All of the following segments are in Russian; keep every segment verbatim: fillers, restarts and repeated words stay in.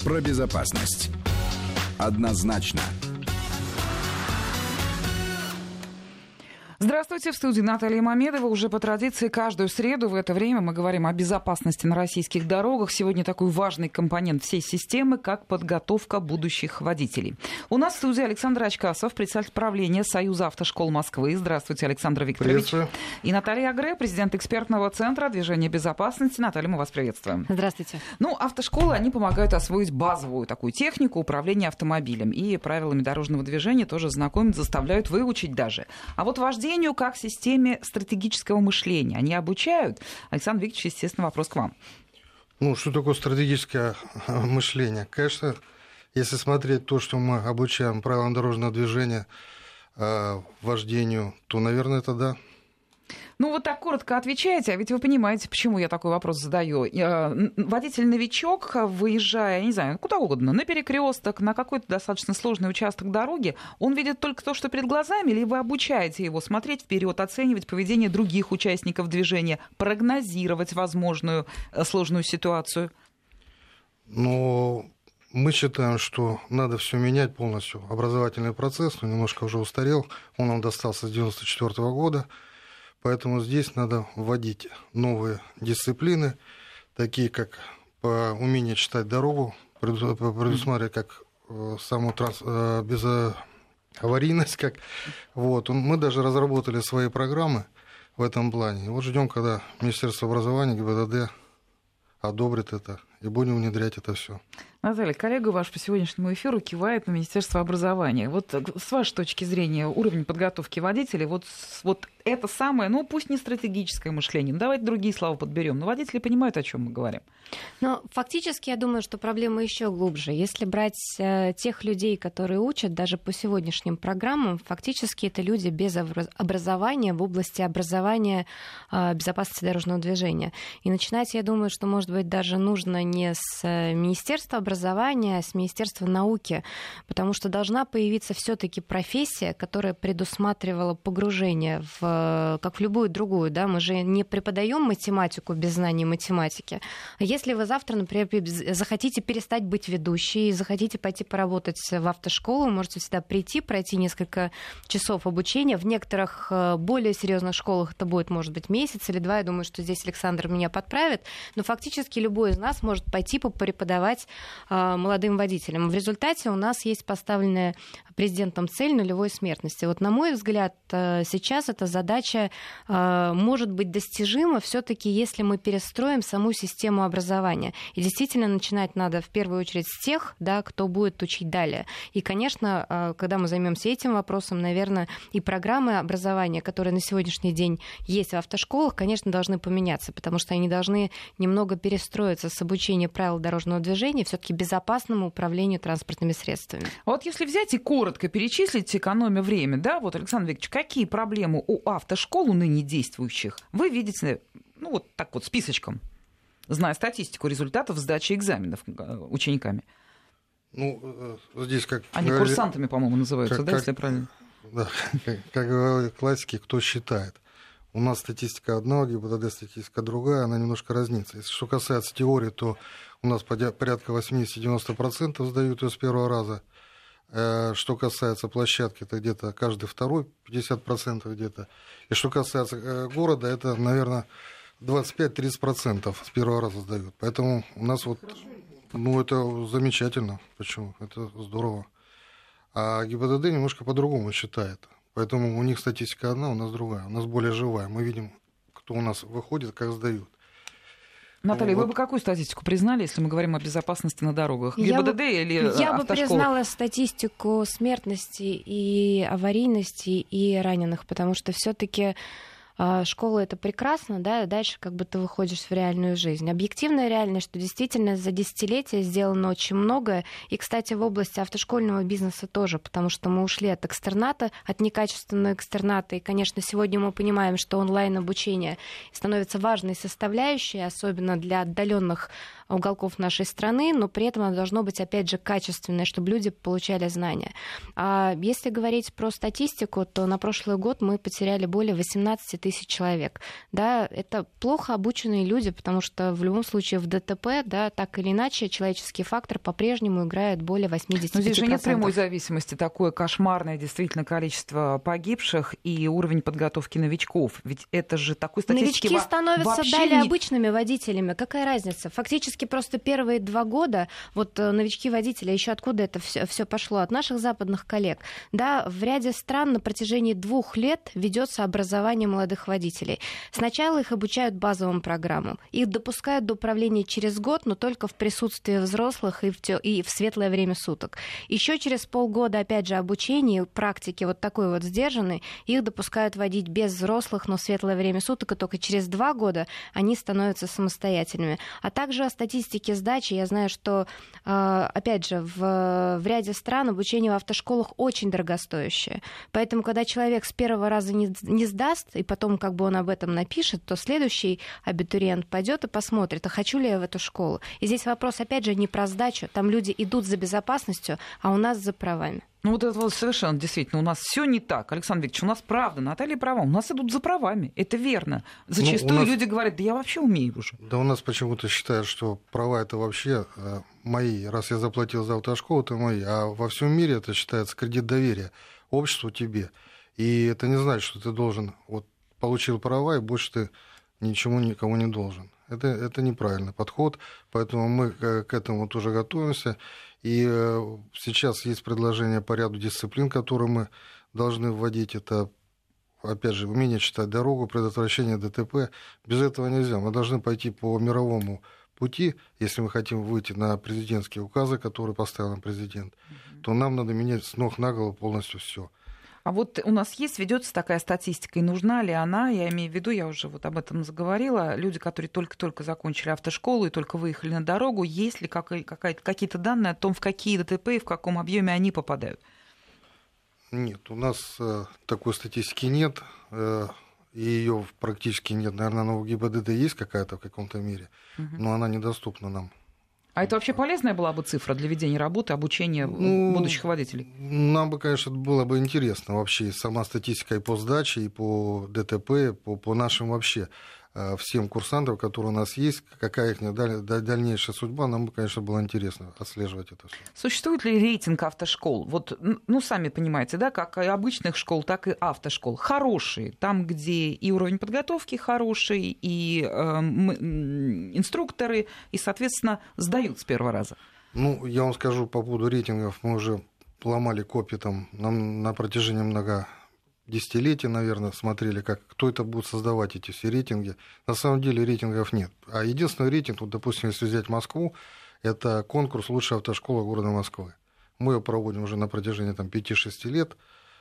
про безопасность. Однозначно. Здравствуйте, в студии Наталья Мамедова. Уже по традиции каждую среду в это время мы говорим о безопасности на российских дорогах. Сегодня такой важный компонент всей системы, как подготовка будущих водителей. У нас в студии Александр Ачкасов, председатель правления Союза автошкол Москвы. Здравствуйте, Александр Викторович. И Наталья Агре, президент экспертного центра движения безопасности. Наталья, мы вас приветствуем. Здравствуйте. Ну, автошколы, они помогают освоить базовую такую технику управления автомобилем. И правилами дорожного движения тоже знакомят, заставляют выучить даже. А вот вождение как системе стратегического мышления. Они обучают? Александр Викторович, естественно, вопрос к вам. Ну, что такое стратегическое мышление? Конечно, если смотреть то, что мы обучаем правилам дорожного движения, вождению, то, наверное, это да. Ну, вот так коротко отвечаете, а ведь вы понимаете, почему я такой вопрос задаю. Водитель-новичок, выезжая, я не знаю, куда угодно, на перекресток, на какой-то достаточно сложный участок дороги, он видит только то, что перед глазами, или вы обучаете его смотреть вперед, оценивать поведение других участников движения, прогнозировать возможную сложную ситуацию? Ну, мы считаем, что надо все менять полностью. Образовательный процесс, он немножко уже устарел, он нам достался с девяносто четвёртого года. Поэтому здесь надо вводить новые дисциплины, такие как умение читать дорогу, предусматривать как саму транс... безаварийность. Как... Вот. Мы даже разработали свои программы в этом плане. И вот ждем, когда Министерство образования, ГИБДД одобрит это, и будем внедрять это все. Наталья, коллега ваш по сегодняшнему эфиру кивает на Министерство образования. Вот с вашей точки зрения уровень подготовки водителей, вот, вот это самое, ну пусть не стратегическое мышление, но давайте другие слова подберем, но водители понимают, о чем мы говорим. Но фактически я думаю, что проблема еще глубже. Если брать э, тех людей, которые учат, даже по сегодняшним программам, фактически это люди без образования в области образования э, безопасности дорожного движения. И начинать, я думаю, что, может быть, даже нужно не с Министерства образования, образования, с Министерства науки, потому что должна появиться все-таки профессия, которая предусматривала погружение в, как в любую другую, да, мы же не преподаем математику без знаний математики. А если вы завтра, например, захотите перестать быть ведущей, захотите пойти поработать в автошколу, можете всегда прийти, пройти несколько часов обучения. В некоторых более серьезных школах это будет, может быть, месяц или два. Я думаю, что здесь Александр меня подправит. Но фактически любой из нас может пойти попреподавать молодым водителям. В результате у нас есть поставленная президентом цель нулевой смертности. Вот, на мой взгляд, сейчас эта задача может быть достижима все-таки, если мы перестроим саму систему образования. И действительно начинать надо в первую очередь с тех, да, кто будет учить далее. И, конечно, когда мы займемся этим вопросом, наверное, и программы образования, которые на сегодняшний день есть в автошколах, конечно, должны поменяться, потому что они должны немного перестроиться с обучения правил дорожного движения все-таки безопасному управлению транспортными средствами. Вот если взять и коротко перечислить, экономя время, да, вот, Александр Викторович, какие проблемы у автошкол, у ныне действующих, вы видите, ну, вот так вот списочком, зная статистику результатов сдачи экзаменов учениками? Ну, здесь как... Они говорили, курсантами, по-моему, называются, как, да, как, если я правильно? Да, как, как говорили классики, кто считает. У нас статистика одна, у ГИБДД статистика другая, она немножко разнится. Если что касается теории, то у нас порядка восемьдесят-девяносто процентов сдают ее с первого раза. Что касается площадки, это где-то каждый второй, пятьдесят процентов где-то. И что касается города, это, наверное, двадцать пять-тридцать процентов с первого раза сдают. Поэтому у нас вот, ну, это замечательно. Почему? Это здорово. А ГИБДД немножко по-другому считает. Поэтому у них статистика одна, у нас другая. У нас более живая. Мы видим, кто у нас выходит, как сдают. Наталья, вот. Вы бы какую статистику признали, если мы говорим о безопасности на дорогах? ГИБДД я бы, или Я автошколы? бы признала статистику смертности и аварийности и раненых, потому что все-таки школа — это прекрасно, да, и дальше как бы ты выходишь в реальную жизнь. Объективная реальность, что действительно за десятилетия сделано очень многое. И, кстати, в области автошкольного бизнеса тоже, потому что мы ушли от экстерната, от некачественного экстерната. И, конечно, сегодня мы понимаем, что онлайн-обучение становится важной составляющей, особенно для отдаленных уголков нашей страны, но при этом оно должно быть, опять же, качественное, чтобы люди получали знания. А если говорить про статистику, то на прошлый год мы потеряли более восемнадцать тысяч человек. Да, это плохо обученные люди, потому что в любом случае в ДТП, да, так или иначе, человеческий фактор по-прежнему играет более восемьдесят процентов. Но здесь же нет прямой зависимости, такое кошмарное действительно количество погибших и уровень подготовки новичков. Ведь это же такой статистики Новички становятся вообще далее не... обычными водителями. Какая разница? Фактически просто первые два года вот новички-водители, еще откуда это все, все пошло? От наших западных коллег. Да, в ряде стран на протяжении двух лет ведется образование молодых водителей. Сначала их обучают базовым программам. Их допускают до управления через год, но только в присутствии взрослых и в, те... и в светлое время суток. Еще через полгода, опять же, обучения, практики вот такой вот сдержанной, их допускают водить без взрослых, но в светлое время суток, и только через два года они становятся самостоятельными. А также о статистике сдачи я знаю, что, опять же, в, в ряде стран обучение в автошколах очень дорогостоящее. Поэтому, когда человек с первого раза не, не сдаст, и потом как бы он об этом напишет, то следующий абитуриент пойдет и посмотрит, а хочу ли я в эту школу. И здесь вопрос, опять же, не про сдачу. Там люди идут за безопасностью, а у нас за правами. Ну вот это вот совершенно действительно, у нас все не так. Александр Викторович, у нас правда, Наталья права, у нас идут за правами, это верно. Зачастую ну, нас... люди говорят, да я вообще умею уже. Да у нас почему-то считают, что права это вообще э, мои. Раз я заплатил за автошколу, это мои. А во всем мире это считается кредит доверия обществу тебе. И это не значит, что ты должен, вот получил права, и больше ты ничему никому не должен. Это, это неправильный подход, поэтому мы к, к этому тоже готовимся. И сейчас есть предложение по ряду дисциплин, которые мы должны вводить. Это, опять же, умение читать дорогу, предотвращение ДТП. Без этого нельзя. Мы должны пойти по мировому пути. Если мы хотим выйти на президентские указы, которые поставил нам президент, mm-hmm. то нам надо менять с ног на голову полностью все. А вот у нас есть, ведется такая статистика, и нужна ли она, я имею в виду, я уже вот об этом заговорила, люди, которые только-только закончили автошколу и только выехали на дорогу, есть ли какие-то данные о том, в какие ДТП и в каком объеме они попадают? Нет, у нас э, такой статистики нет, э, и ее практически нет. Наверное, она в ГИБДД есть какая-то в каком-то мере, угу. но она недоступна нам. А это вообще полезная была бы цифра для ведения работы, обучения ну, будущих водителей? Нам бы, конечно, было бы интересно вообще сама статистика и по сдаче, и по ДТП, по, по нашим вообще всем курсантам, которые у нас есть, какая их дальнейшая судьба, нам бы, конечно, было интересно отслеживать это все. Существует ли рейтинг автошкол? Вот, ну, сами понимаете, да, как и обычных школ, так и автошкол. Хорошие, там, где и уровень подготовки хороший, и э, инструкторы, и, соответственно, сдают с первого раза. Ну, я вам скажу по поводу рейтингов, мы уже ломали копии там на, на протяжении много десятилетий, наверное, смотрели, как, кто это будет создавать, эти все рейтинги. На самом деле рейтингов нет. А единственный рейтинг, вот, допустим, если взять Москву, это конкурс «Лучшая автошкола города Москвы». Мы его проводим уже на протяжении там, пяти-шести лет,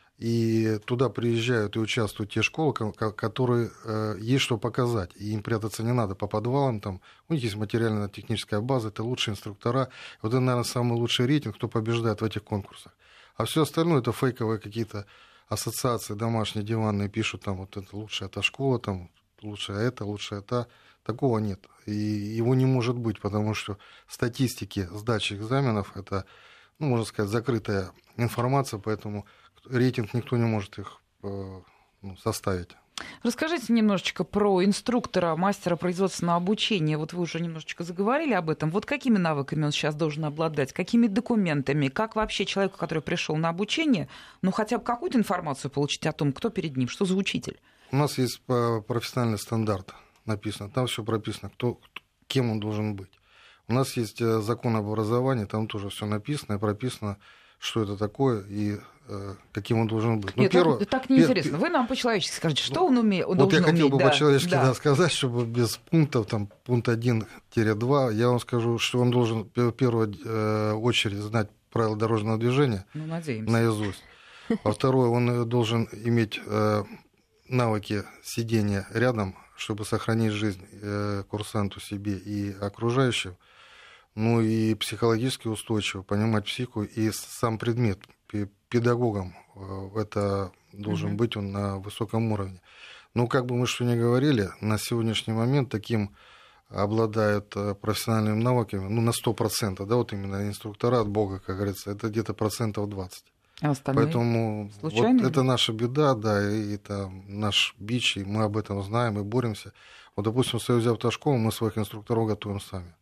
и туда приезжают и участвуют те школы, которые э, есть что показать, и им прятаться не надо по подвалам, там, у них есть материально-техническая база, это лучшие инструктора. Вот это, наверное, самый лучший рейтинг, кто побеждает в этих конкурсах. А все остальное это фейковые какие-то ассоциации домашние, диванные, пишут там вот это лучшая эта школа, там лучшая это, лучшая та. Такого нет. И его не может быть, потому что статистики сдачи экзаменов это, ну, можно сказать, закрытая информация, поэтому рейтинг никто не может их ну, составить. Расскажите немножечко про инструктора, мастера производственного обучения. Вот вы уже немножечко заговорили об этом. Вот какими навыками он сейчас должен обладать? Какими документами? Как вообще человеку, который пришел на обучение, ну хотя бы какую-то информацию получить о том, кто перед ним, что за учитель? У нас есть профессиональный стандарт написано. Там все прописано, кто, кем он должен быть. У нас есть закон об образовании, там тоже все написано и прописано, что это такое и э, каким он должен быть. Нет, первое, так, так неинтересно. Пер... Вы нам по-человечески скажите, что он умеет? Он вот я хотел уметь, бы да, по-человечески да. Да, сказать, чтобы без пунктов, там, пункт один-два, я вам скажу, что он должен в первую э, очередь знать правила дорожного движения ну, надеемся. наизусть. Во-второе, он должен иметь э, навыки сидения рядом, чтобы сохранить жизнь э, курсанту, себе и окружающим. Ну и психологически устойчиво, понимать психику и сам предмет. Педагогом это должен mm-hmm. быть он на высоком уровне. Но как бы мы что ни говорили, на сегодняшний момент таким обладают профессиональными навыками, ну на сто процентов, да, вот именно инструктора от Бога, как говорится, это где-то процентов двадцать. А остальные Поэтому вот это наша беда, да, и это наш бич, и мы об этом знаем и боремся. Вот, допустим, в Союзе автошкол мы своих инструкторов готовим сами.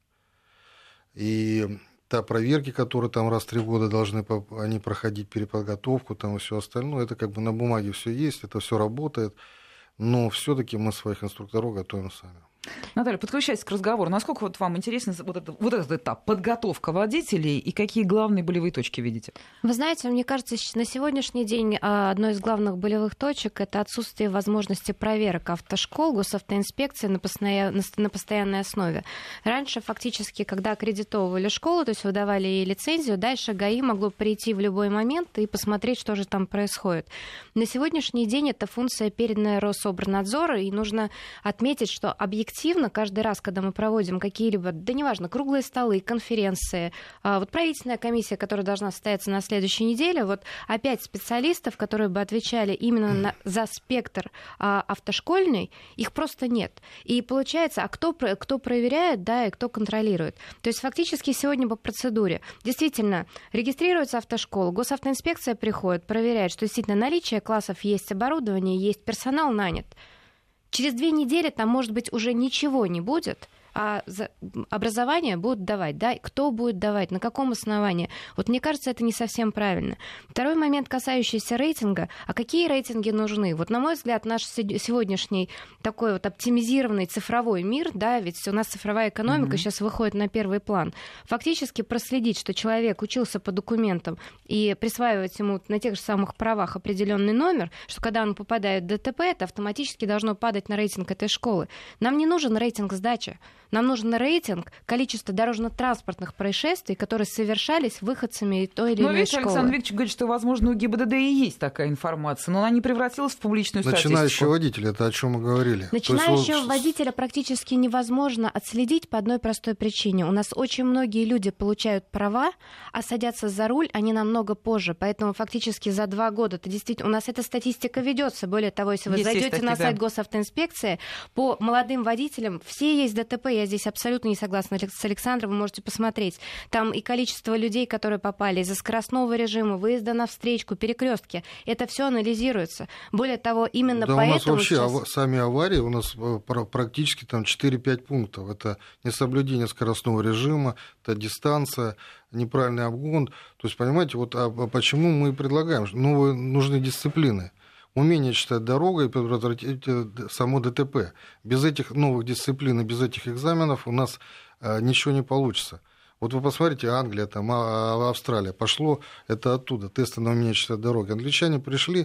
И та проверки, которые там раз в три года должны они проходить, переподготовку там и все остальное, это как бы на бумаге все есть, это все работает, но все-таки мы своих инструкторов готовим сами. Наталья, подключайтесь к разговору. Насколько вот вам интересен вот, это, вот этот этап, подготовка водителей, и какие главные болевые точки видите? Вы знаете, мне кажется, на сегодняшний день одной из главных болевых точек — это отсутствие возможности проверок автошкол, госавтоинспекции на, постоя... на постоянной основе. Раньше фактически, когда аккредитовывали школу, то есть выдавали ей лицензию, дальше ГАИ могло прийти в любой момент и посмотреть, что же там происходит. На сегодняшний день эта функция переданная Рособорнадзору, и нужно отметить, что объективно Активно каждый раз, когда мы проводим какие-либо, да неважно, круглые столы, конференции, вот правительственная комиссия, которая должна состояться на следующей неделе, вот опять специалистов, которые бы отвечали именно на, за спектр а, автошкольный, их просто нет. И получается, а кто, кто проверяет, да, и кто контролирует. То есть фактически сегодня по процедуре действительно регистрируется автошкола, госавтоинспекция приходит, проверяет, что действительно наличие классов есть, оборудование есть, персонал нанят. Через две недели там, может быть, уже ничего не будет, а образование будут давать, да, кто будет давать, на каком основании. Вот мне кажется, это не совсем правильно. Второй момент, касающийся рейтинга. А какие рейтинги нужны? Вот, на мой взгляд, наш сегодняшний такой вот оптимизированный цифровой мир, да, ведь у нас цифровая экономика mm-hmm. сейчас выходит на первый план. Фактически проследить, что человек учился по документам и присваивать ему на тех же самых правах определенный номер, что когда он попадает в ДТП, это автоматически должно падать на рейтинг этой школы. Нам не нужен рейтинг сдачи. Нам нужен рейтинг количества дорожно-транспортных происшествий, которые совершались выходцами той или иной школы. Но ведь Александр Викторович говорит, что, возможно, у ГИБДД и есть такая информация, но она не превратилась в публичную статистику. Начинающего водителя, это о чем мы говорили. Начинающего есть... водителя практически невозможно отследить по одной простой причине. У нас очень многие люди получают права, а садятся за руль они намного позже. Поэтому фактически за два года это действительно... У нас эта статистика ведется. Более того, если вы есть зайдете есть такие, на сайт да. госавтоинспекции, по молодым водителям все есть ДТП. Я здесь абсолютно не согласна с Александром, вы можете посмотреть. Там и количество людей, которые попали из-за скоростного режима, выезда на встречку, перекрестки. Это все анализируется. Более того, именно да поэтому... у нас вообще сейчас... ав... сами аварии, у нас практически там четыре-пять пунктов. Это несоблюдение скоростного режима, это дистанция, неправильный обгон. То есть, понимаете, вот а почему мы предлагаем? Новые нужны дисциплины. Умение читать дорогу и предотвратить само ДТП. Без этих новых дисциплин и без этих экзаменов у нас ничего не получится. Вот вы посмотрите, Англия, там, Австралия, пошло это оттуда, тесты на умение читать дорогу. Англичане пришли,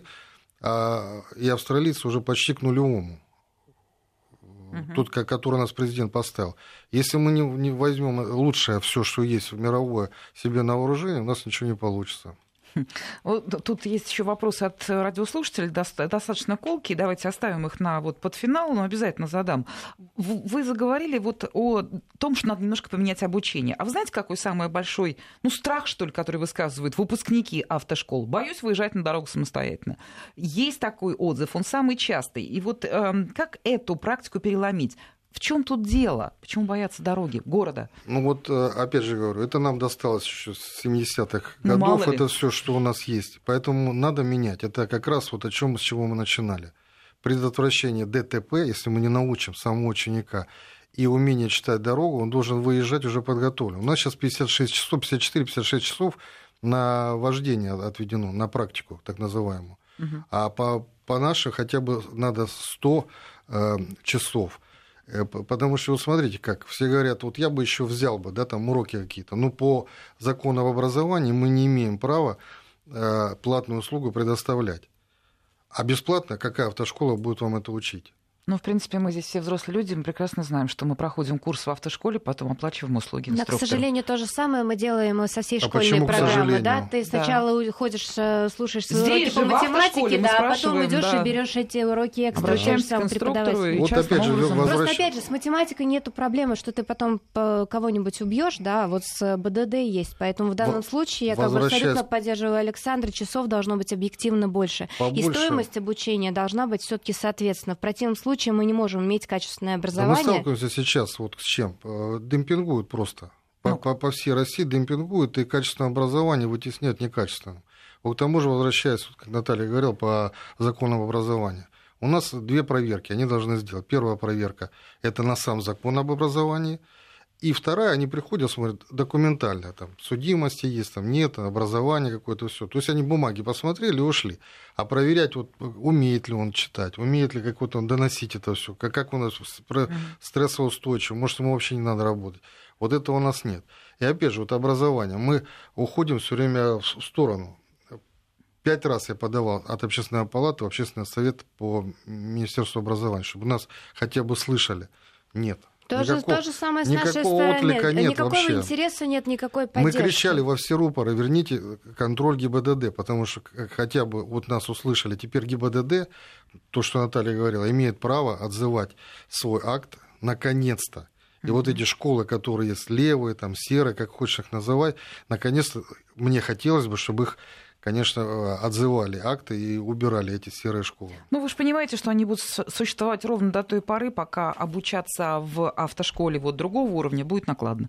и австралийцы уже почти к нулевому. Uh-huh. Тот, который нас президент поставил. Если мы не, не возьмем лучшее все, что есть в мировое, себе на вооружение, у нас ничего не получится. Тут есть еще вопросы от радиослушателей, достаточно колкие. Давайте оставим их на вот под финал, но обязательно задам. Вы заговорили вот о том, что надо немножко поменять обучение. А вы знаете, какой самый большой, ну, страх, что ли, который высказывают выпускники автошкол? Боюсь выезжать на дорогу самостоятельно. Есть такой отзыв, он самый частый. И вот э, как эту практику переломить? В чем тут дело? Почему боятся дороги, города? Ну вот, опять же говорю, это нам досталось еще с семидесятых годов, это все, что у нас есть. Поэтому надо менять. Это как раз вот о чем, с чего мы начинали. Предотвращение ДТП, если мы не научим самого ученика и умение читать дорогу, он должен выезжать уже подготовлен. У нас сейчас пятьдесят шесть часов, пятьдесят четыре - пятьдесят шесть часов на вождение отведено, на практику так называемую. Угу. А по, по нашей хотя бы надо сто э, часов. Потому что, вот смотрите, как все говорят, вот я бы еще взял бы, да, там уроки какие-то. Но по закону об образовании мы не имеем права э, платную услугу предоставлять. А бесплатно какая автошкола будет вам это учить? Ну, в принципе, мы здесь все взрослые люди, мы прекрасно знаем, что мы проходим курс в автошколе, потом оплачиваем услуги инструктора. Да, к сожалению, то же самое мы делаем со всей а школьной программой. Да? Ты сначала да. ходишь, слушаешь свои уроки по математике, да, а потом идешь да. и берешь эти уроки экстра, обращаемся сам преподаватель. Вот опять же, возвращ... Просто опять же, с математикой нету проблемы, что ты потом кого-нибудь убьешь, да, вот с БДД есть. Поэтому в данном в... случае я как бы абсолютно поддерживаю Александра, часов должно быть объективно больше. Побольше. И стоимость обучения должна быть все-таки соответственно. В противном случае мы не можем иметь качественное образование. Мы сталкиваемся сейчас вот с чем? Демпингуют просто. По, ну. по, по всей России демпингуют, и качественное образование вытесняют некачественным. Вот к тому же, возвращаясь, как Наталья говорила, по законам образования. У нас две проверки, они должны сделать. Первая проверка – это на сам закон об образовании. И вторая, они приходят, смотрят документально, там, судимости есть, там нет, образование какое-то, все. То есть они бумаги посмотрели и ушли. А проверять, вот, умеет ли он читать, умеет ли как-то он доносить это все, как, как у нас стрессоустойчиво, может, ему вообще не надо работать. Вот этого у нас нет. И опять же, вот образование. Мы уходим все время в сторону. Пять раз я подавал от Общественной палаты в Общественный совет по Министерству образования, чтобы нас хотя бы слышали. Нет. То же, то же самое с нашей стороны. Отклика нет Никакого вообще. интереса нет, никакой поддержки. Мы кричали во все рупоры: верните контроль ГИБДД, потому что хотя бы вот нас услышали. Теперь ГИБДД, то, что Наталья говорила, имеет право отзывать свой акт наконец-то. И mm-hmm. вот эти школы, которые есть левые, там, серые, как хочешь их называй, наконец-то мне хотелось бы, чтобы их, конечно, отзывали акты и убирали эти серые школы. Ну, вы же понимаете, что они будут существовать ровно до той поры, пока обучаться в автошколе вот другого уровня будет накладно.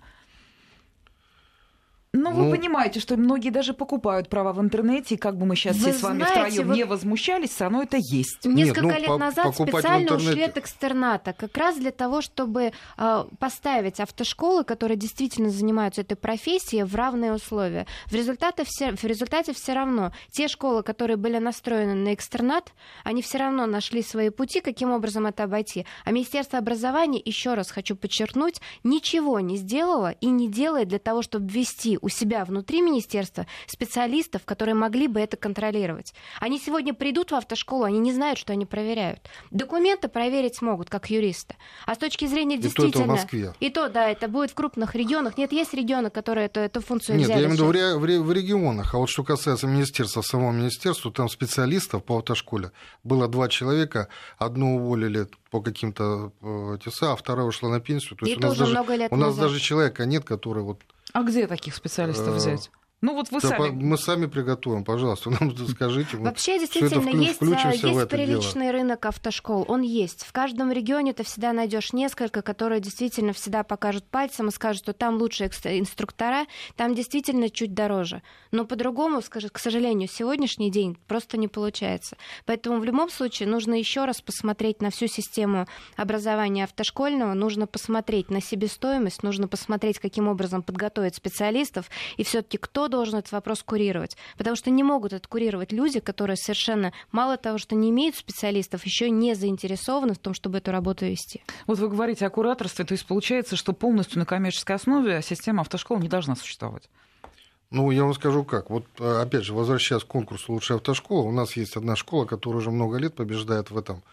Но ну, вы понимаете, что многие даже покупают права в интернете, и как бы мы сейчас все с вами втроем вы... не возмущались, все равно это есть. Несколько Нет, ну, лет по- назад специально интернете... ушли от экстерната, как раз для того, чтобы э, поставить автошколы, которые действительно занимаются этой профессией, в равные условия. В результате, все, в результате все равно те школы, которые были настроены на экстернат, они все равно нашли свои пути, каким образом это обойти. А Министерство образования, еще раз хочу подчеркнуть, ничего не сделало и не делает для того, чтобы ввести у себя внутри министерства специалистов, которые могли бы это контролировать. Они сегодня придут в автошколу, они не знают, что они проверяют. Документы проверить смогут, как юристы. А с точки зрения действительно... И то это в Москве. И то, да, это будет в крупных регионах. Нет, есть регионы, которые эту, эту функцию Нет, взяли. Нет, я имею в виду в, ре, в регионах. А вот что касается министерства, самого министерства, там специалистов по автошколе было два человека. Одну уволили по каким-то ТСА, а вторая ушла на пенсию. То есть и у нас, даже, много лет у нас назад. даже человека нет, который вот... А где таких специалистов взять? Ну вот вы да, сами... Мы сами приготовим, пожалуйста, нам скажите. Вообще, действительно, есть, есть приличный дело. рынок автошкол, он есть. В каждом регионе ты всегда найдешь несколько, которые действительно всегда покажут пальцем и скажут, что там лучшие инструктора, там действительно чуть дороже. Но по-другому, к сожалению, сегодняшний день просто не получается. Поэтому в любом случае нужно еще раз посмотреть на всю систему образования автошкольного, нужно посмотреть на себестоимость, нужно посмотреть, каким образом подготовить специалистов, и все-таки кто должен этот вопрос курировать. Потому что не могут это курировать люди, которые совершенно мало того, что не имеют специалистов, еще не заинтересованы в том, чтобы эту работу вести. Вот вы говорите о кураторстве, то есть получается, что полностью на коммерческой основе система автошкол не должна существовать. Ну, я вам скажу как. Вот, опять же, возвращаясь к конкурсу «Лучшая автошкола», у нас есть одна школа, которая уже много лет побеждает в этом.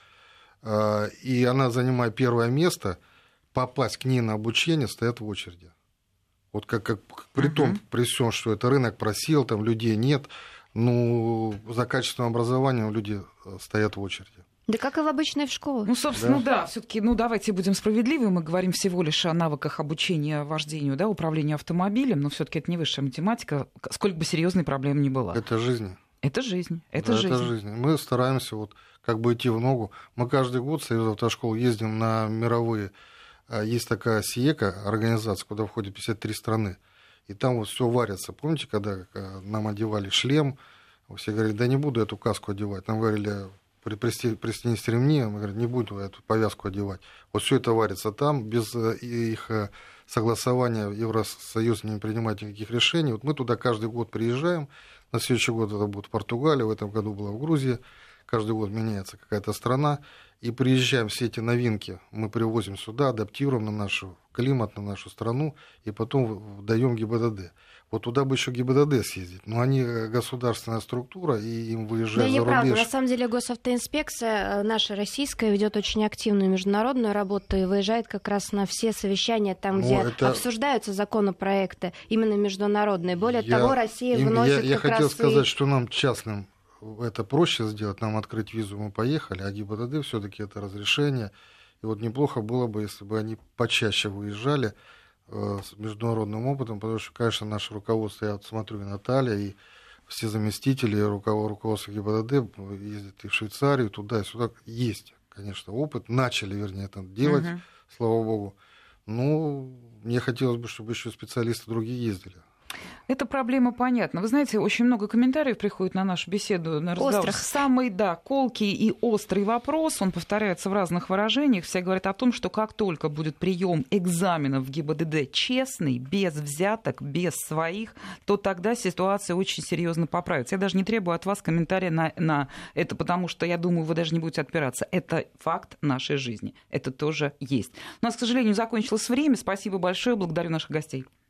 И она, занимая первое место, попасть к ней на обучение стоят в очереди. Вот как, как при том, uh-huh. при всем, что это рынок просел, там людей нет, ну, за качественным образованием люди стоят в очереди. Да как и в обычной школе. Ну, собственно, да, да все-таки, ну, давайте будем справедливы. Мы говорим всего лишь о навыках обучения вождению, да, управлению автомобилем, но все-таки это не высшая математика, сколько бы серьезной проблемы ни была. Это жизнь. Это жизнь. Это да, жизнь. Это жизнь. Мы стараемся вот как бы идти в ногу. Мы каждый год, Союз автошкол, ездим на мировые. Есть такая СИЕКа, организация, куда входят пятьдесят три страны. И там вот все варится. Помните, когда нам одевали шлем, все говорили, да не буду эту каску одевать. Нам говорили, пристегнись ремни, мы говорим, не буду эту повязку одевать. Вот все это варится там, без их согласования Евросоюз не принимает никаких решений. Вот мы туда каждый год приезжаем. На следующий год это будет Португалия, в этом году была в Грузии. Каждый год меняется какая-то страна. И приезжаем, все эти новинки мы привозим сюда, адаптируем на наш климат, на нашу страну, и потом даем ГИБДД. Вот туда бы еще ГИБДД съездить. Но они государственная структура, и им выезжать да, за неправда. рубеж. На самом деле госавтоинспекция наша российская ведет очень активную международную работу и выезжает как раз на все совещания, там, ну, где это... обсуждаются законопроекты, именно международные. Более я... того, Россия им... выносит я, я как раз... Я хотел сказать, и... что нам частным это проще сделать, нам открыть визу, мы поехали, а ГИБДД все-таки это разрешение. И вот неплохо было бы, если бы они почаще выезжали э, с международным опытом, потому что, конечно, наше руководство, я вот смотрю, и Наталья, и все заместители руководства ГИБДД ездят и в Швейцарию, туда и сюда. Есть, конечно, опыт, начали, вернее, это делать, uh-huh. слава богу. Ну, мне хотелось бы, чтобы еще специалисты другие ездили. Эта проблема понятна. Вы знаете, очень много комментариев приходит на нашу беседу, на разговор. Острых. Самый, да, колкий и острый вопрос, он повторяется в разных выражениях. Все говорят о том, что как только будет прием экзаменов в ГИБДД честный, без взяток, без своих, то тогда ситуация очень серьезно поправится. Я даже не требую от вас комментария на, на это, потому что, я думаю, вы даже не будете отпираться. Это факт нашей жизни. Это тоже есть. У нас, к сожалению, закончилось время. Спасибо большое. Благодарю наших гостей.